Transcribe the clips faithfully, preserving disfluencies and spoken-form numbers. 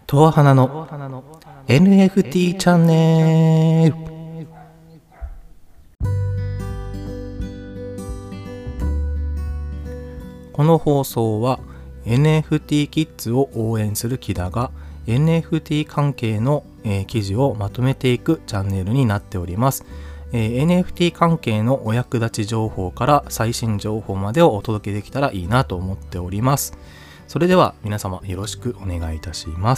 とわはなの エヌエフティー チャンネル。この放送は エヌエフティー キッズを応援するキダが エヌエフティー 関係の、えー、記事をまとめていくチャンネルになっております。えー、エヌエフティー 関係のお役立ち情報から最新情報までをお届けできたらいいなと思っております。それでは皆様よろしくお願いいたします。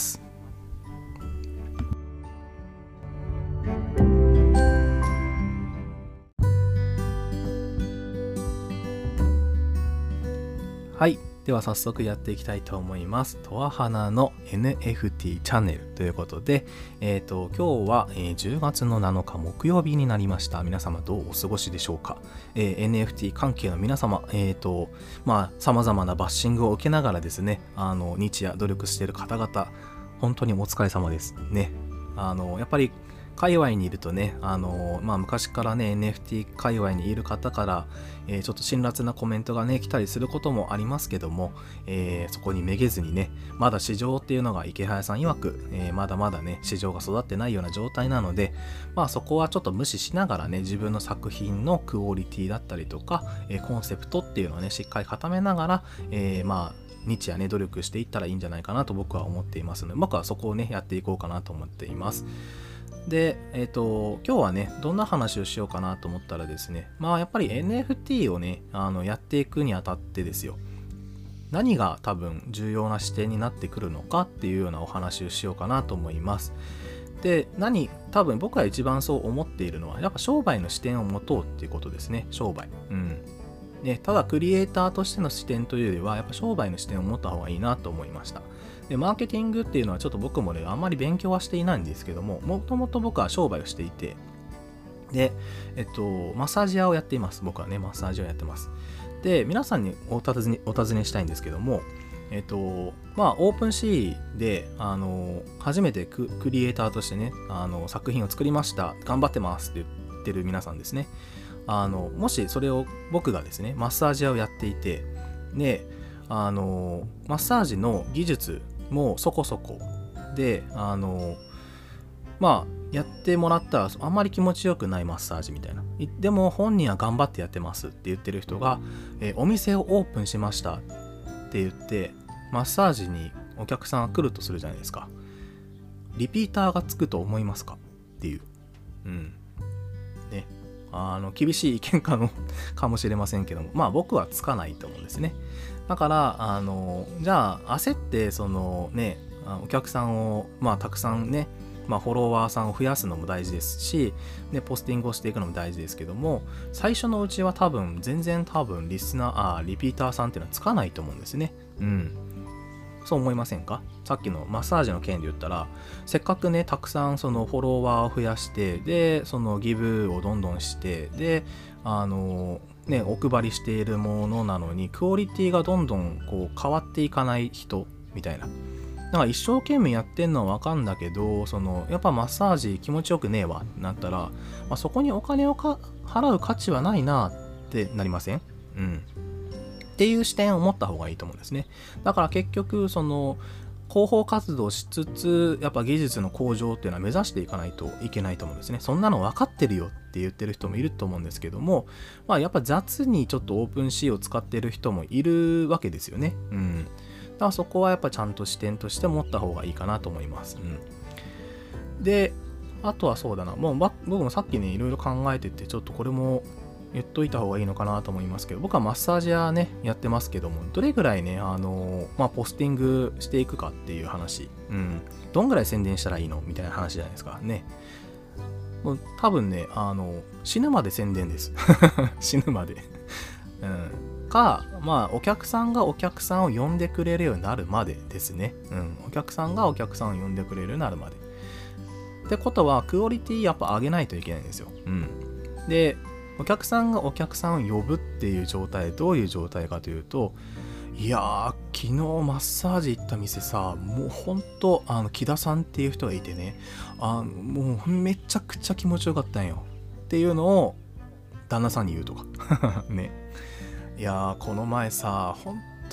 はい、では早速やっていきたいと思います。とわはなの エヌエフティー チャンネルということで、えーと、今日は、えー、じゅうがつのなのか木曜日になりました。皆様どうお過ごしでしょうか。えー、エヌエフティー 関係の皆様、えーと、まあ、様々なバッシングを受けながらですね、あの、日夜努力している方々、本当にお疲れ様です。ね。あの、やっぱり、界隈にいるとね、あのー、まあ昔からね エヌエフティー 界隈にいる方から、えー、ちょっと辛辣なコメントがね来たりすることもありますけども、えー、そこにめげずにね、まだ市場っていうのが池早さん曰く、えー、まだまだね市場が育ってないような状態なので、まあそこはちょっと無視しながらね、自分の作品のクオリティだったりとか、えー、コンセプトっていうのをねしっかり固めながら、えー、まあ日夜ね努力していったらいいんじゃないかなと僕は思っていますので、僕はそこをねやっていこうかなと思っています。で、えっと、今日はね、どんな話をしようかなと思ったらですね、まあやっぱり エヌエフティー をね、あのやっていくにあたってですよ、何が多分重要な視点になってくるのかっていうようなお話をしようかなと思います。で、何、多分僕が一番そう思っているのは、やっぱ商売の視点を持とうっていうことですね、商売。うん。ね、ただクリエイターとしての視点というよりは、やっぱ商売の視点を持った方がいいなと思いました。で、マーケティングっていうのはちょっと僕もね、あんまり勉強はしていないんですけども、もともと僕は商売をしていて、で、えっと、マッサージ屋をやっています。僕はね、マッサージをやってます。で、皆さんにお尋ね、お尋ねしたいんですけども、えっと、まあ、オープンシーで、あの、初めてク、クリエイターとしてね、あの、作品を作りました。頑張ってますって言ってる皆さんですね。あの、もしそれを僕がですね、マッサージ屋をやっていて、で、あの、マッサージの技術もうそこそこで、あのまあやってもらったらあんまり気持ちよくないマッサージみたいな、でも本人は頑張ってやってますって言ってる人が、えー、お店をオープンしましたって言ってマッサージにお客さんが来るとするじゃないですか。リピーターがつくと思いますかっていう、うんね、あの厳しい意見かのかもしれませんけども、まあ僕はつかないと思うんですね。だからあのじゃあ焦ってそのねお客さんをまあたくさんね、まあ、フォロワーさんを増やすのも大事ですし、ね、ポスティングをしていくのも大事ですけども、最初のうちは多分全然多分リスナーあリピーターさんっていうのはつかないと思うんですね。うん。そう思いませんか？さっきのマッサージの件で言ったら、せっかくねたくさんそのフォロワーを増やして、でそのギブをどんどんして、であのねお配りしているものなのにクオリティがどんどんこう変わっていかない人みたいな。だから一生懸命やってんのはわかんだけど、そのやっぱマッサージ気持ちよくねえわってなったら、まあ、そこにお金をか払う価値はないなってなりません？うん。っていう視点を持った方がいいと思うんですね。だから結局その広報活動しつつ、やっぱ技術の向上っていうのは目指していかないといけないと思うんですね。そんなの分かってるよって言ってる人もいると思うんですけども、まあやっぱ雑にちょっとオープンシーを使ってる人もいるわけですよね。うん。だからそこはやっぱちゃんと視点として持った方がいいかなと思います。うん。で、あとはそうだな、もう僕もさっきねいろいろ考えてて、ちょっとこれも言っといた方がいいのかなと思いますけど、僕はマッサージ屋ねやってますけども、どれぐらいねあのまあポスティングしていくかっていう話、うん、どんぐらい宣伝したらいいのみたいな話じゃないですかね。もう多分ねあの死ぬまで宣伝です死ぬまでうんか、まあお客さんがお客さんを呼んでくれるようになるまでですね。うん、お客さんがお客さんを呼んでくれるようになるまで。ってことはクオリティやっぱ上げないといけないんですよ。うん。でお客さんがお客さんを呼ぶっていう状態、どういう状態かというと、いやー、昨日マッサージ行った店さ、もうほんと、あの、木田さんっていう人がいてね、あもうめちゃくちゃ気持ちよかったんよ。っていうのを、旦那さんに言うとか。ね。いやー、この前さ、ほんと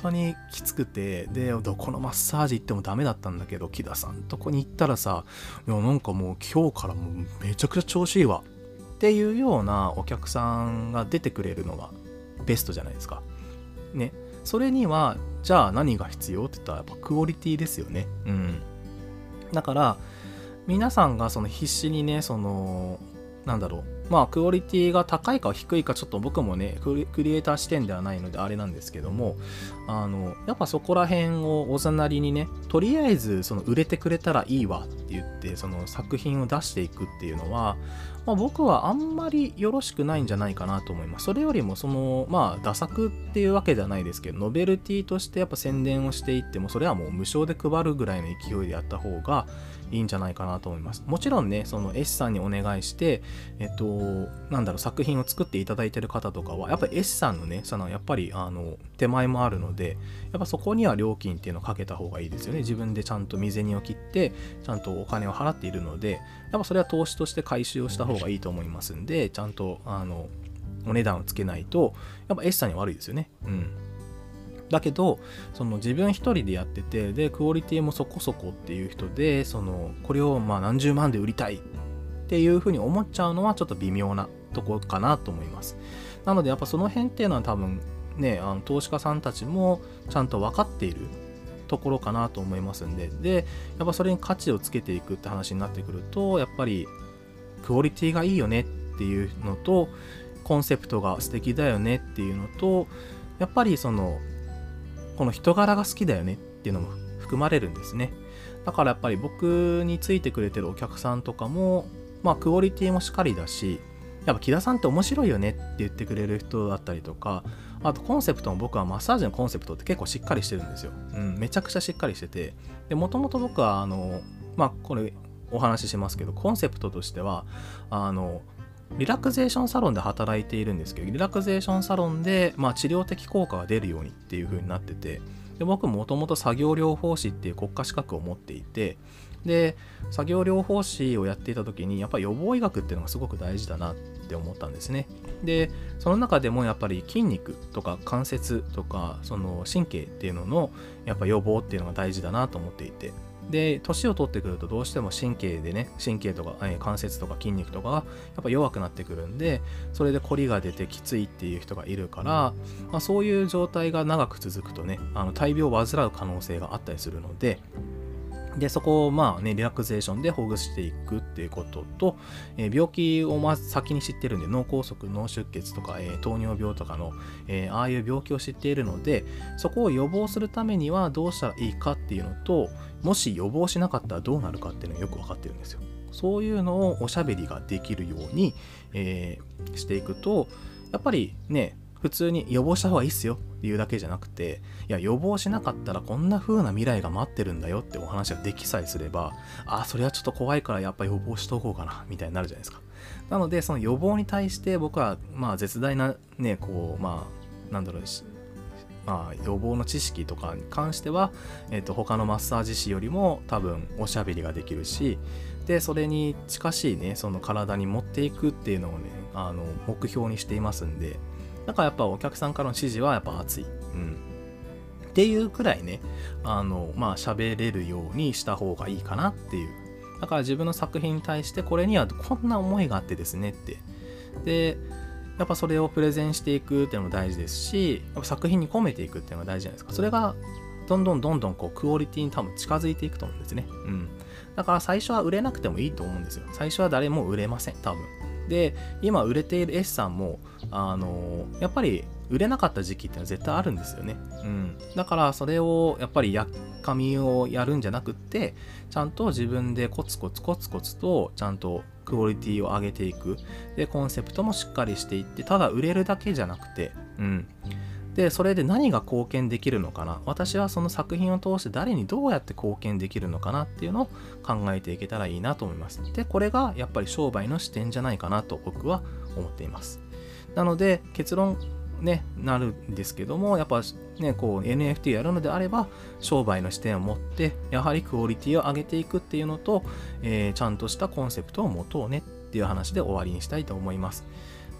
当にきつくて、でどこのマッサージ行ってもダメだったんだけど、木田さんとこに行ったらさ、いやなんかもう今日からもうめちゃくちゃ調子いいわっていうようなお客さんが出てくれるのがベストじゃないですかね。それにはじゃあ何が必要って言ったらやっぱクオリティですよね。うん。だから皆さんがその必死にね、そのなんだろう、まあクオリティが高いか低いかちょっと僕もねクリ、クリエイター視点ではないのであれなんですけども、あのやっぱそこら辺をおざなりにね、とりあえずその売れてくれたらいいわって言ってその作品を出していくっていうのは、まあ、僕はあんまりよろしくないんじゃないかなと思います。それよりもそのまあダ作っていうわけではないですけど、ノベルティとしてやっぱ宣伝をしていっても、それはもう無償で配るぐらいの勢いでやった方がいいんじゃないかなと思います。もちろんね、その絵師さんにお願いしてえっとなんだろう作品を作っていただいてる方とかはやっぱり絵師さんのね、そのやっぱりあの手前もあるので、やっぱそこには料金っていうのをかけた方がいいですよね。自分でちゃんと身銭を切ってちゃんとお金を払っているので、やっぱそれは投資として回収をした方がいいと思いますんで、ちゃんとあのお値段をつけないとやっぱ絵師さんに悪いですよね。うん。だけどその自分一人でやってて、でクオリティもそこそこっていう人で、そのこれをまあ何十万で売りたいっていうふうに思っちゃうのはちょっと微妙なとこかなと思います。なのでやっぱその辺っていうのは多分ね、あの投資家さんたちもちゃんと分かっているところかなと思いますんで、でやっぱそれに価値をつけていくって話になってくると、やっぱりクオリティがいいよねっていうのと、コンセプトが素敵だよねっていうのと、やっぱりそのこの人柄が好きだよねっていうのも含まれるんですね。だからやっぱり僕についてくれてるお客さんとかも、まあクオリティもしっかりだし、やっぱ木田さんって面白いよねって言ってくれる人だったりとか、あとコンセプトも僕はマッサージのコンセプトって結構しっかりしてるんですよ。うん、めちゃくちゃしっかりしてて、でもともと僕はあのまあこれお話ししますけど、コンセプトとしてはあのリラクゼーションサロンで働いているんですけど、リラクゼーションサロンで、まあ、治療的効果が出るようにっていう風になってて、で僕もともと作業療法士っていう国家資格を持っていて、で作業療法士をやっていた時にやっぱり予防医学っていうのがすごく大事だなって思ったんですね。でその中でもやっぱり筋肉とか関節とかその神経っていうののやっぱ予防っていうのが大事だなと思っていて、で年を取ってくるとどうしても神経でね、神経とか、えー、関節とか筋肉とかがやっぱ弱くなってくるんで、それでコリが出てきついっていう人がいるから、まあ、そういう状態が長く続くとね、あの大病を患う可能性があったりするので、でそこをまあねリラクゼーションでほぐしていくっていうことと、えー、病気をまず先に知ってるんで、脳梗塞、脳出血とか、えー、糖尿病とかの、えー、ああいう病気を知っているので、そこを予防するためにはどうしたらいいかっていうのと、もし予防しなかったらどうなるかっていうのがよく分かってるんですよ。そういうのをおしゃべりができるように、えー、していくと、やっぱりね普通に予防した方がいいっすよっていうだけじゃなくて、いや予防しなかったらこんな風な未来が待ってるんだよってお話ができさえすれば、あそれはちょっと怖いからやっぱ予防しとこうかなみたいになるじゃないですか。なのでその予防に対して僕はまあ絶大なねこうまあなんだろうしまあ、予防の知識とかに関しては、えーと、他のマッサージ師よりも多分おしゃべりができるし、でそれに近しいねその体に持っていくっていうのをねあの目標にしていますんで、だからやっぱお客さんからの指示はやっぱ熱い、うん、っていうくらいねあのまあ喋れるようにした方がいいかなっていう。だから自分の作品に対してこれにはこんな思いがあってですねって、でやっぱそれをプレゼンしていくっていうのも大事ですし、やっぱ作品に込めていくっていうのが大事じゃないですか。それがどんどんどんどんこうクオリティに多分近づいていくと思うんですね。うん。だから最初は売れなくてもいいと思うんですよ。最初は誰も売れません、多分。で、今売れている絵師さんも、あのー、やっぱり売れなかった時期っていうのは絶対あるんですよね。うん。だからそれをやっぱりやっかみをやるんじゃなくって、ちゃんと自分でコツコツコツコツとちゃんとクオリティを上げていく。で、コンセプトもしっかりしていって、ただ売れるだけじゃなくて、うん。で、それで何が貢献できるのかな。私はその作品を通して誰にどうやって貢献できるのかなっていうのを考えていけたらいいなと思います。で、これがやっぱり商売の視点じゃないかなと僕は思っています。なので、結論ね、なるんですけども、やっぱね、こう エヌエフティー やるのであれば、商売の視点を持って、やはりクオリティを上げていくっていうのと、えー、ちゃんとしたコンセプトを持とうねっていう話で終わりにしたいと思います。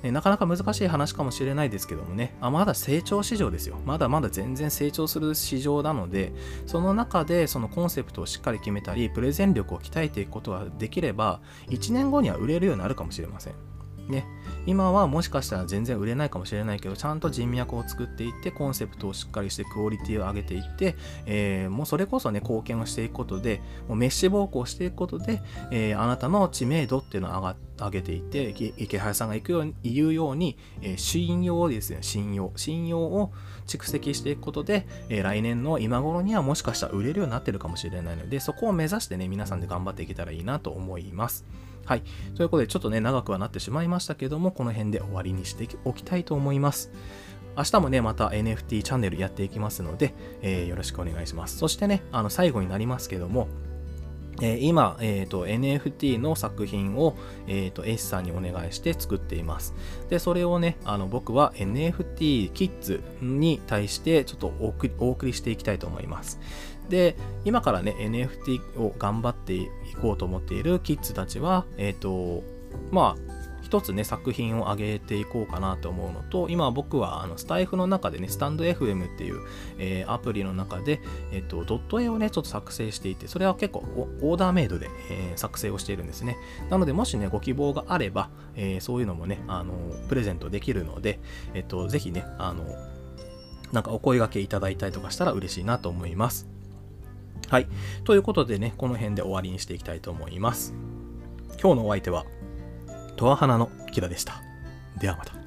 ね、なかなか難しい話かもしれないですけどもね、あまだ成長市場ですよ。まだまだ全然成長する市場なので、その中でそのコンセプトをしっかり決めたり、プレゼン力を鍛えていくことができれば、いちねんごには売れるようになるかもしれません。ね、今はもしかしたら全然売れないかもしれないけど、ちゃんと人脈を作っていって、コンセプトをしっかりしてクオリティを上げていって、えー、もうそれこそね、貢献をしていくことで、もうメッシ奉公していくことで、えー、あなたの知名度っていうのを上が上げていって、池原さんが行くように言うように、えー、信用ですね、信用。信用を蓄積していくことで、えー、来年の今頃にはもしかしたら売れるようになってるかもしれないので、そこを目指してね、皆さんで頑張っていけたらいいなと思います。はい。ということで、ちょっとね、長くはなってしまいましたけども、この辺で終わりにしておきたいと思います。明日もね、また エヌエフティー チャンネルやっていきますので、えー、よろしくお願いします。そしてね、あの、最後になりますけども、えー、今、えーと、エヌエフティー の作品を、えーと、S さんにお願いして作っています。で、それをね、あの僕は エヌエフティー キッズに対してちょっとお送り、お送りしていきたいと思います。で、今からね、エヌエフティー を頑張っていこうと思っているキッズたちは、えっと、まあ、一つね、作品を上げていこうかなと思うのと、今僕はあのスタイフの中でね、スタンド エフエム っていう、えー、アプリの中で、えっと、ドット絵をね、ちょっと作成していて、それは結構オーダーメイドで、えー、作成をしているんですね。なので、もしね、ご希望があれば、えー、そういうのもね、あの、プレゼントできるので、えっと、ぜひね、あの、なんかお声掛けいただいたりとかしたら嬉しいなと思います。はい。ということでね、この辺で終わりにしていきたいと思います。今日のお相手は、トアハナのキラでした。ではまた。